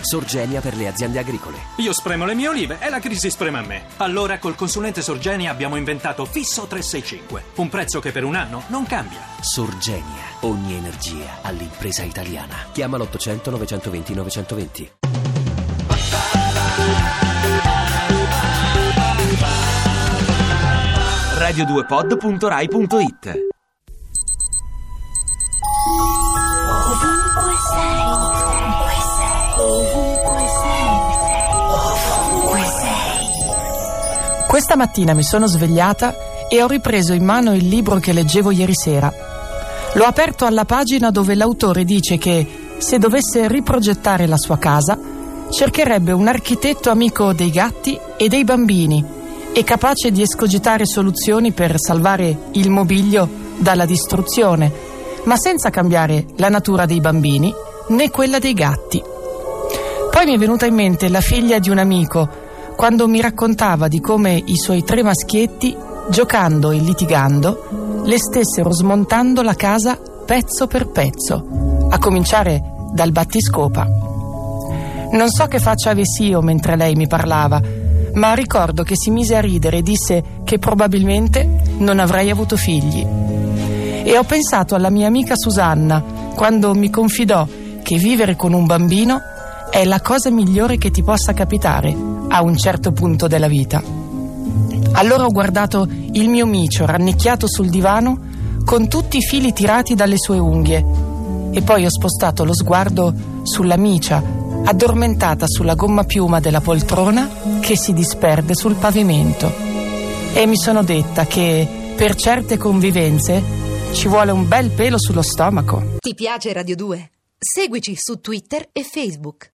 Sorgenia per le aziende agricole. Io spremo le mie olive e la crisi sprema me. Allora col consulente Sorgenia abbiamo inventato Fisso 365, un prezzo che per un anno non cambia. Sorgenia, ogni energia all'impresa italiana. Chiama l'800 920 920. radio2pod.rai.it. Questa mattina mi sono svegliata e ho ripreso in mano il libro che leggevo ieri sera. L'ho aperto alla pagina dove l'autore dice che, se dovesse riprogettare la sua casa, cercherebbe un architetto amico dei gatti e dei bambini e capace di escogitare soluzioni per salvare il mobilio dalla distruzione, ma senza cambiare la natura dei bambini né quella dei gatti. Poi mi è venuta in mente la figlia di un amico quando mi raccontava di come i suoi 3 maschietti, giocando e litigando, le stessero smontando la casa pezzo per pezzo, a cominciare dal battiscopa. Non so che faccia avessi io mentre lei mi parlava, ma ricordo che si mise a ridere e disse che probabilmente non avrei avuto figli. E ho pensato alla mia amica Susanna quando mi confidò che vivere con un bambino è la cosa migliore che ti possa capitare a un certo punto della vita. Allora ho guardato il mio micio rannicchiato sul divano con tutti i fili tirati dalle sue unghie e poi ho spostato lo sguardo sulla micia addormentata sulla gomma piuma della poltrona che si disperde sul pavimento e mi sono detta che per certe convivenze ci vuole un bel pelo sullo stomaco. Ti piace Radio 2? Seguici su Twitter e Facebook.